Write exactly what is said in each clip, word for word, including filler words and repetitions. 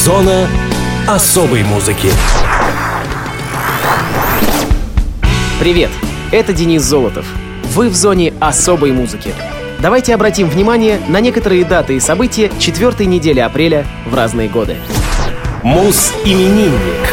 Зона особой музыки. Привет, это Денис Золотов. Вы в зоне особой музыки. Давайте обратим внимание на некоторые даты и события четвертой недели апреля в разные годы. Муз-именинник.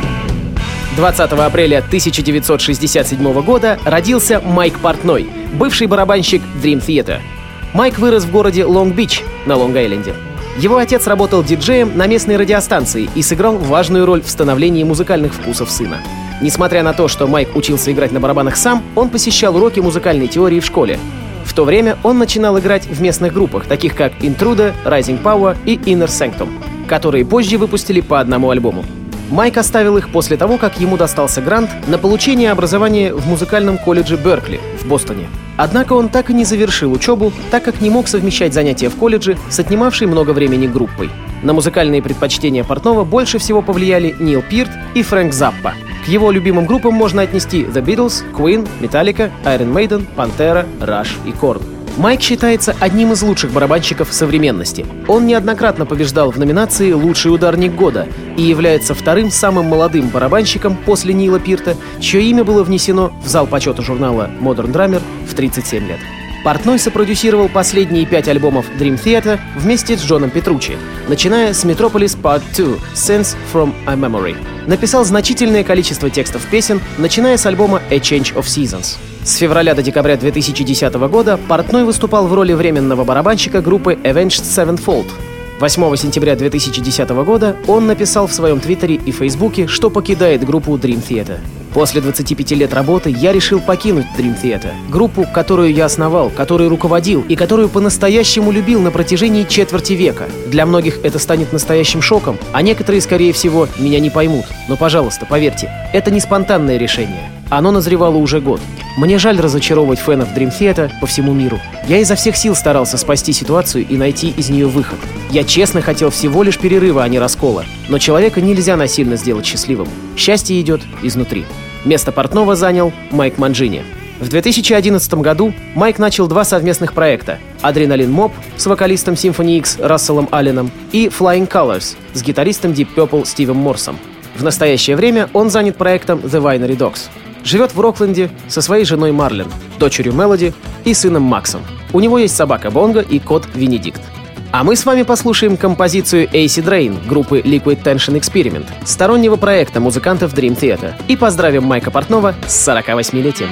двадцатого апреля тысяча девятьсот шестьдесят седьмого года родился Майк Портной, бывший барабанщик Dream Theater. Майк вырос в городе Лонг-Бич на Лонг-Айленде. Его отец работал диджеем на местной радиостанции и сыграл важную роль в становлении музыкальных вкусов сына. Несмотря на то, что Майк учился играть на барабанах сам, он посещал уроки музыкальной теории в школе. В то время он начинал играть в местных группах, таких как Intruder, Rising Power и Inner Sanctum, которые позже выпустили по одному альбому. Майк оставил их после того, как ему достался грант на получение образования в музыкальном колледже Беркли в Бостоне. Однако он так и не завершил учебу, так как не мог совмещать занятия в колледже с отнимавшей много времени группой. На музыкальные предпочтения Портнова больше всего повлияли Нил Пирт и Фрэнк Заппа. К его любимым группам можно отнести The Beatles, Queen, Metallica, Iron Maiden, Pantera, Rush и Korn. Майк считается одним из лучших барабанщиков современности. Он неоднократно побеждал в номинации «Лучший ударник года» и является вторым самым молодым барабанщиком после Нила Пирта, чье имя было внесено в зал почета журнала Modern Drummer в тридцать семь лет. Портной сопродюсировал последние пять альбомов Dream Theater вместе с Джоном Петруччи, начиная с Metropolis Part два Sense from a Memory. Написал значительное количество текстов песен, начиная с альбома A Change of Seasons. С февраля до декабря две тысячи десятого года Портной выступал в роли временного барабанщика группы Avenged Sevenfold. восьмого сентября две тысячи десятого года он написал в своем твиттере и фейсбуке, что покидает группу Dream Theater. После двадцати пяти лет работы я решил покинуть Dream Theater, группу, которую я основал, которую руководил и которую по-настоящему любил на протяжении четверти века. Для многих это станет настоящим шоком, а некоторые, скорее всего, меня не поймут. Но, пожалуйста, поверьте, это не спонтанное решение. Оно назревало уже год. Мне жаль разочаровывать фенов Dream Theater по всему миру. Я изо всех сил старался спасти ситуацию и найти из нее выход. Я честно хотел всего лишь перерыва, а не раскола. Но человека нельзя насильно сделать счастливым. Счастье идет изнутри. Место Портнова занял Майк Манджини. В две тысячи одиннадцатом году Майк начал два совместных проекта «Adrenaline Mob» с вокалистом Symphony X Расселом Алленом и «Flying Colors» с гитаристом Deep Purple Стивом Морсом. В настоящее время он занят проектом The Winery Dogs. Живет в Рокленде со своей женой Марлен, дочерью Мелоди и сыном Максом. У него есть собака Бонго и кот Венедикт. А мы с вами послушаем композицию Acid Rain группы Liquid Tension Experiment, стороннего проекта музыкантов Dream Theater, и поздравим Майка Портнова с сорокавосьмилетием.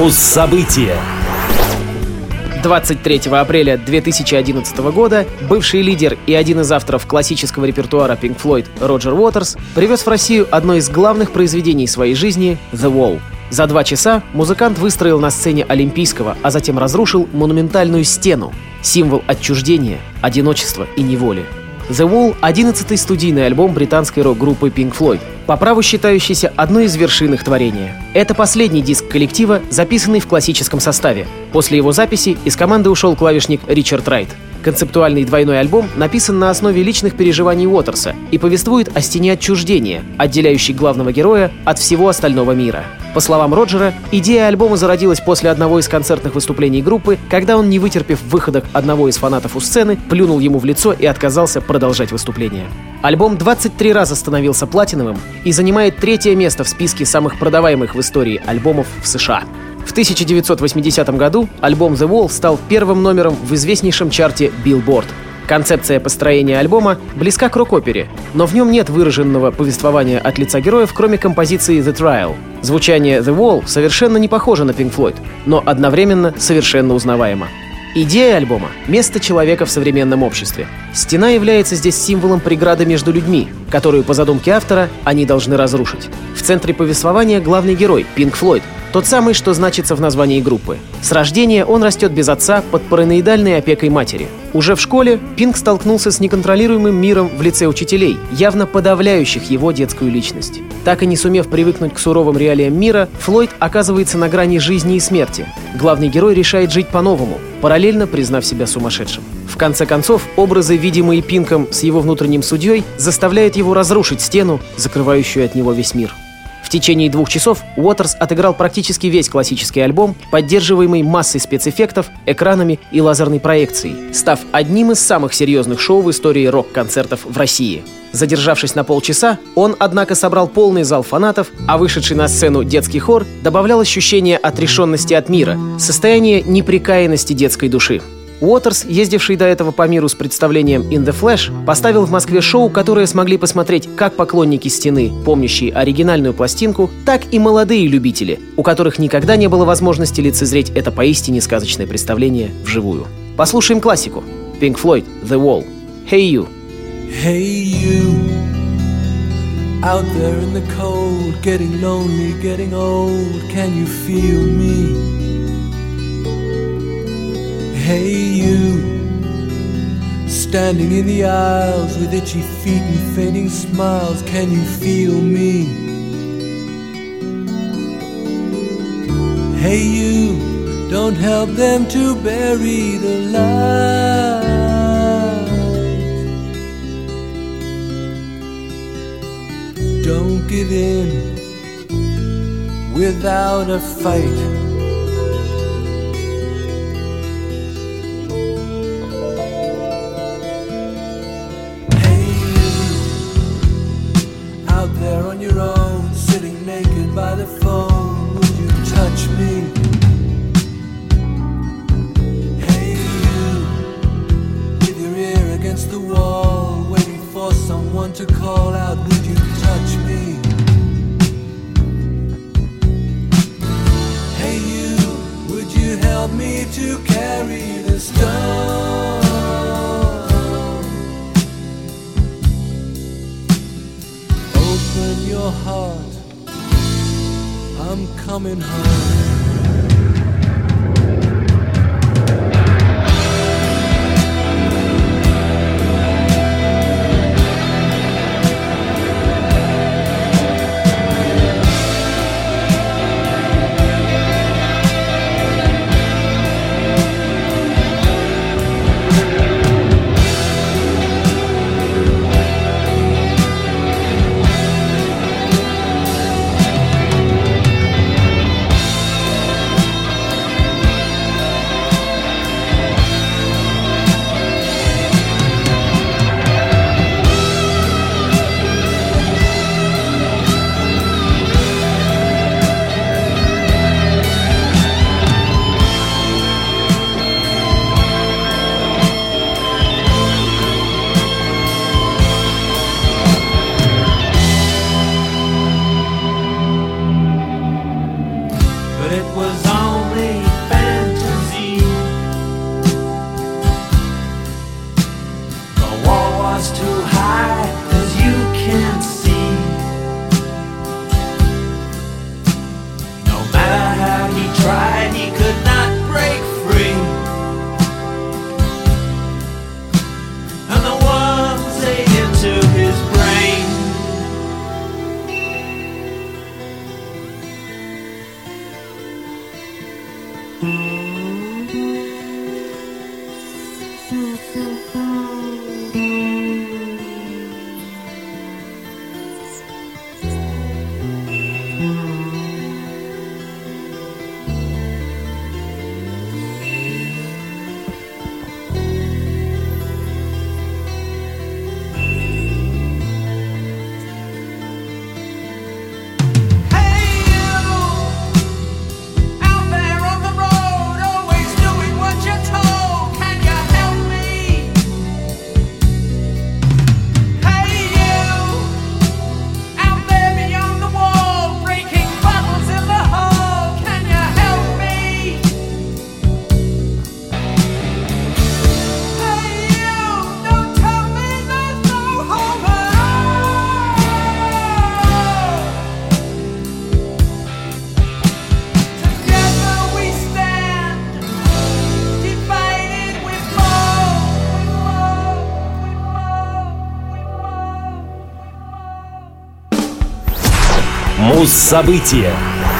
Фокус события. двадцать третьего апреля две тысячи одиннадцатого года бывший лидер и один из авторов классического репертуара Pink Floyd Роджер Уотерс привез в Россию одно из главных произведений своей жизни — The Wall. За два часа музыкант выстроил на сцене Олимпийского, а затем разрушил монументальную стену — символ отчуждения, одиночества и неволи. The Wall — одиннадцатый студийный альбом британской рок-группы Pink Floyd, по праву считающийся одной из вершин их творения. Это последний диск коллектива, записанный в классическом составе. После его записи из команды ушел клавишник Ричард Райт. Концептуальный двойной альбом написан на основе личных переживаний Уотерса и повествует о стене отчуждения, отделяющей главного героя от всего остального мира. По словам Роджера, идея альбома зародилась после одного из концертных выступлений группы, когда он, не вытерпев выходок одного из фанатов у сцены, плюнул ему в лицо и отказался продолжать выступление. Альбом двадцать три раза становился платиновым и занимает третье место в списке самых продаваемых в истории альбомов в США. В тысяча девятьсот восьмидесятом году альбом The Wall стал первым номером в известнейшем чарте Billboard. Концепция построения альбома близка к рок-опере, но в нем нет выраженного повествования от лица героев, кроме композиции The Trial. Звучание The Wall совершенно не похоже на Pink Floyd, но одновременно совершенно узнаваемо. Идея альбома — место человека в современном обществе. Стена является здесь символом преграды между людьми, которую, по задумке автора, они должны разрушить. В центре повествования главный герой — Pink Floyd, тот самый, что значится в названии группы. С рождения он растет без отца под параноидальной опекой матери. Уже в школе Пинк столкнулся с неконтролируемым миром в лице учителей, явно подавляющих его детскую личность. Так и не сумев привыкнуть к суровым реалиям мира, Флойд оказывается на грани жизни и смерти. Главный герой решает жить по-новому, параллельно признав себя сумасшедшим. В конце концов, образы, видимые Пинком с его внутренним судьей, заставляют его разрушить стену, закрывающую от него весь мир. В течение двух часов Уотерс отыграл практически весь классический альбом, поддерживаемый массой спецэффектов, экранами и лазерной проекцией, став одним из самых серьезных шоу в истории рок-концертов в России. Задержавшись на полчаса, он, однако, собрал полный зал фанатов, а вышедший на сцену детский хор добавлял ощущение отрешенности от мира, состояние непрекаянности детской души. Уотерс, ездивший до этого по миру с представлением In the Flash, поставил в Москве шоу, которое смогли посмотреть как поклонники стены, помнящие оригинальную пластинку, так и молодые любители, у которых никогда не было возможности лицезреть это поистине сказочное представление вживую. Послушаем классику. Pink Floyd, The Wall. Hey You. Hey you, out there in the cold, getting lonely, getting old, can you feel me? Hey you, standing in the aisles with itchy feet and fading smiles, can you feel me? Hey you, don't help them to bury the light. Don't give in without a fight. On your own, sitting naked by the phone, would you touch me? Hey you, with your ear against the wall, waiting for someone to call out, would you touch me? Hey you, would you help me to carry the stone? Open your heart, I'm coming home. Муз-события.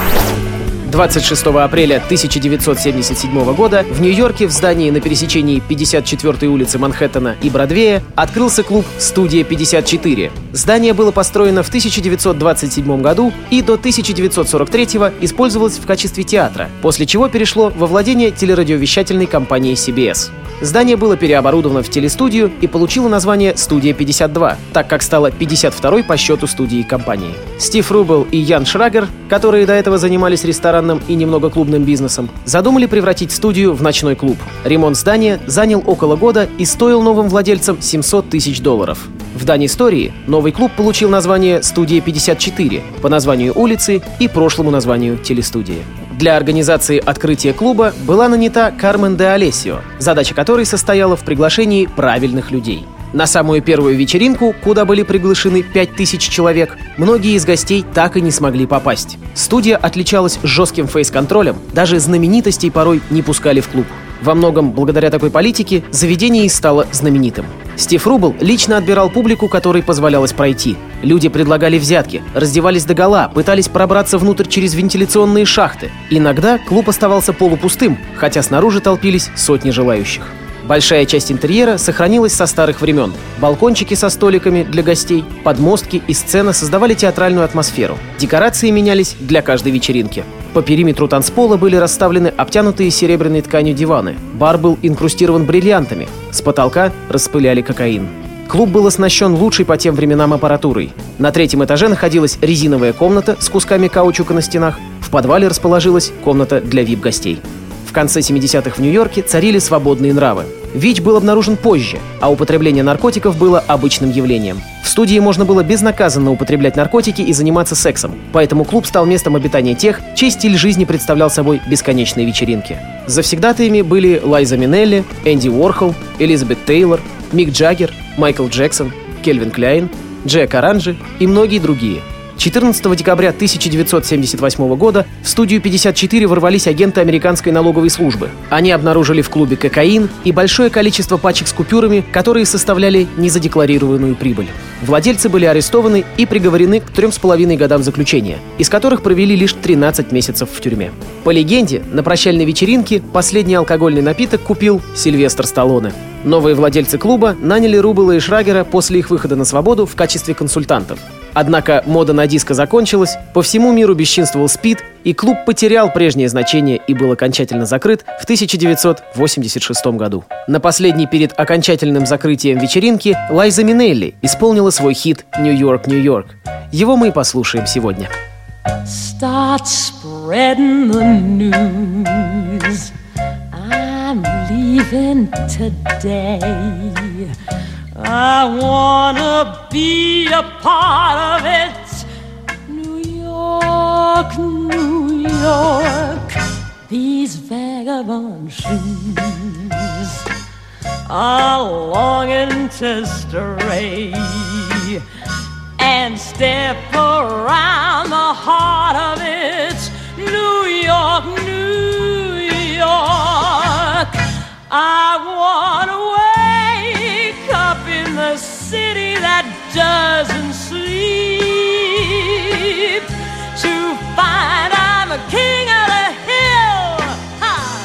двадцать шестого апреля тысяча девятьсот семьдесят седьмого года в Нью-Йорке в здании на пересечении пятьдесят четвёртой улицы Манхэттена и Бродвея открылся клуб «Студия пятьдесят четыре». Здание было построено в тысяча девятьсот двадцать седьмом году и до тысяча девятьсот сорок третьего использовалось в качестве театра, после чего перешло во владение телерадиовещательной компании си би эс. Здание было переоборудовано в телестудию и получило название «Студия пятьдесят два», так как стало пятьдесят второй по счету студией компании. Стив Рубел и Ян Шрагер, которые до этого занимались ресторанным и немного клубным бизнесом, задумали превратить студию в ночной клуб. Ремонт здания занял около года и стоил новым владельцам семьсот тысяч долларов. В данной истории новый клуб получил название «Студия пятьдесят четыре» по названию улицы и прошлому названию телестудии. Для организации открытия клуба была нанята Кармен де Алесио, задача которой состояла в приглашении правильных людей. На самую первую вечеринку, куда были приглашены пять тысяч человек, многие из гостей так и не смогли попасть. Студия отличалась жестким фейс-контролем, даже знаменитостей порой не пускали в клуб. Во многом благодаря такой политике заведение и стало знаменитым. Стив Рубел лично отбирал публику, которой позволялось пройти. Люди предлагали взятки, раздевались догола, пытались пробраться внутрь через вентиляционные шахты. Иногда клуб оставался полупустым, хотя снаружи толпились сотни желающих. Большая часть интерьера сохранилась со старых времен. Балкончики со столиками для гостей, подмостки и сцена создавали театральную атмосферу. Декорации менялись для каждой вечеринки. По периметру танцпола были расставлены обтянутые серебряной тканью диваны. Бар был инкрустирован бриллиантами. С потолка распыляли кокаин. Клуб был оснащен лучшей по тем временам аппаратурой. На третьем этаже находилась резиновая комната с кусками каучука на стенах. В подвале расположилась комната для ви ай пи-гостей. В конце семидесятых в Нью-Йорке царили свободные нравы. ВИЧ был обнаружен позже, а употребление наркотиков было обычным явлением. В студии можно было безнаказанно употреблять наркотики и заниматься сексом, поэтому клуб стал местом обитания тех, чей стиль жизни представлял собой бесконечные вечеринки. Завсегдатаями были Лайза Минелли, Энди Уорхол, Элизабет Тейлор, Мик Джаггер, Майкл Джексон, Кельвин Кляйн, Джек Оранжи и многие другие. четырнадцатого декабря тысяча девятьсот семьдесят восьмого года в студию пятьдесят четыре ворвались агенты американской налоговой службы. Они обнаружили в клубе кокаин и большое количество пачек с купюрами, которые составляли незадекларированную прибыль. Владельцы были арестованы и приговорены к трем с половиной годам заключения, из которых провели лишь тринадцать месяцев в тюрьме. По легенде, на прощальной вечеринке последний алкогольный напиток купил Сильвестр Сталлоне. Новые владельцы клуба наняли Рубела и Шрагера после их выхода на свободу в качестве консультантов. Однако мода на диско закончилась, по всему миру бесчинствовал СПИД, и клуб потерял прежнее значение и был окончательно закрыт в тысяча девятьсот восемьдесят шестом году. На последней перед окончательным закрытием вечеринки Лайза Минелли исполнила свой хит «Нью-Йорк, Нью-Йорк». Его мы и послушаем сегодня. Start spreading the news. I'm leaving today. I wanna be a part of it. New York, New York, these vagabond shoes are longing to stray and step around the heart of it. New York, New York, I wanna wake up in the city that doesn't sleep, to find I'm a king of the hill, ha,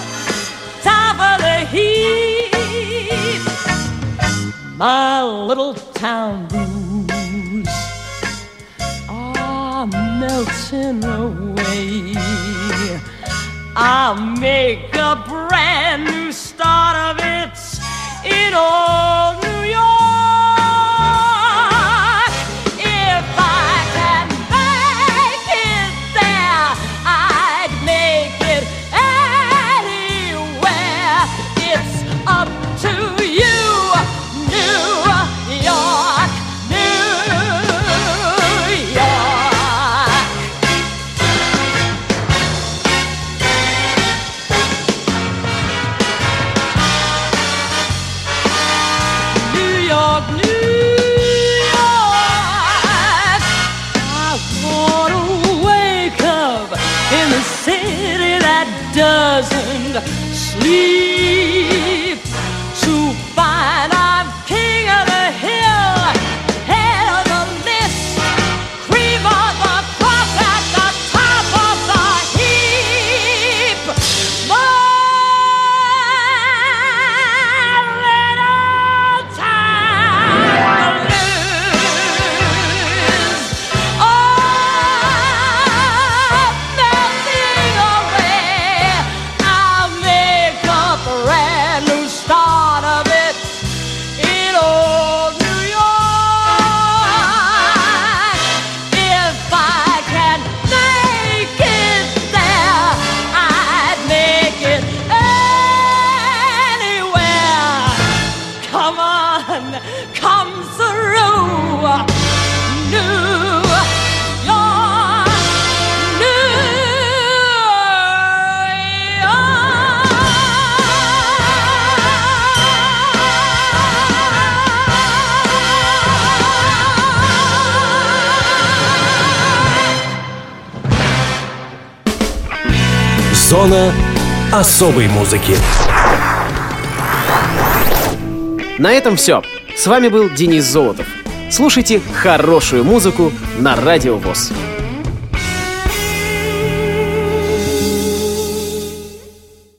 my little town blues are melting away. I'll make a brand new start of it in old New York. If I can make it there, I'd make it anywhere. It's up to you, New York, New York. New York, New York. I wanna wake up in the city that doesn't sleep, to find I'm king of the hill, head of the list, cream of the crop at the top of the heap. My little town blues are melting away. I'll make a brand new start of it in old New York. If I can make it there, I'd make it anywhere. Come on, come through, New York, New York. Зона особой музыки. На этом все. С вами был Денис Золотов. Слушайте хорошую музыку на Радио ВОС.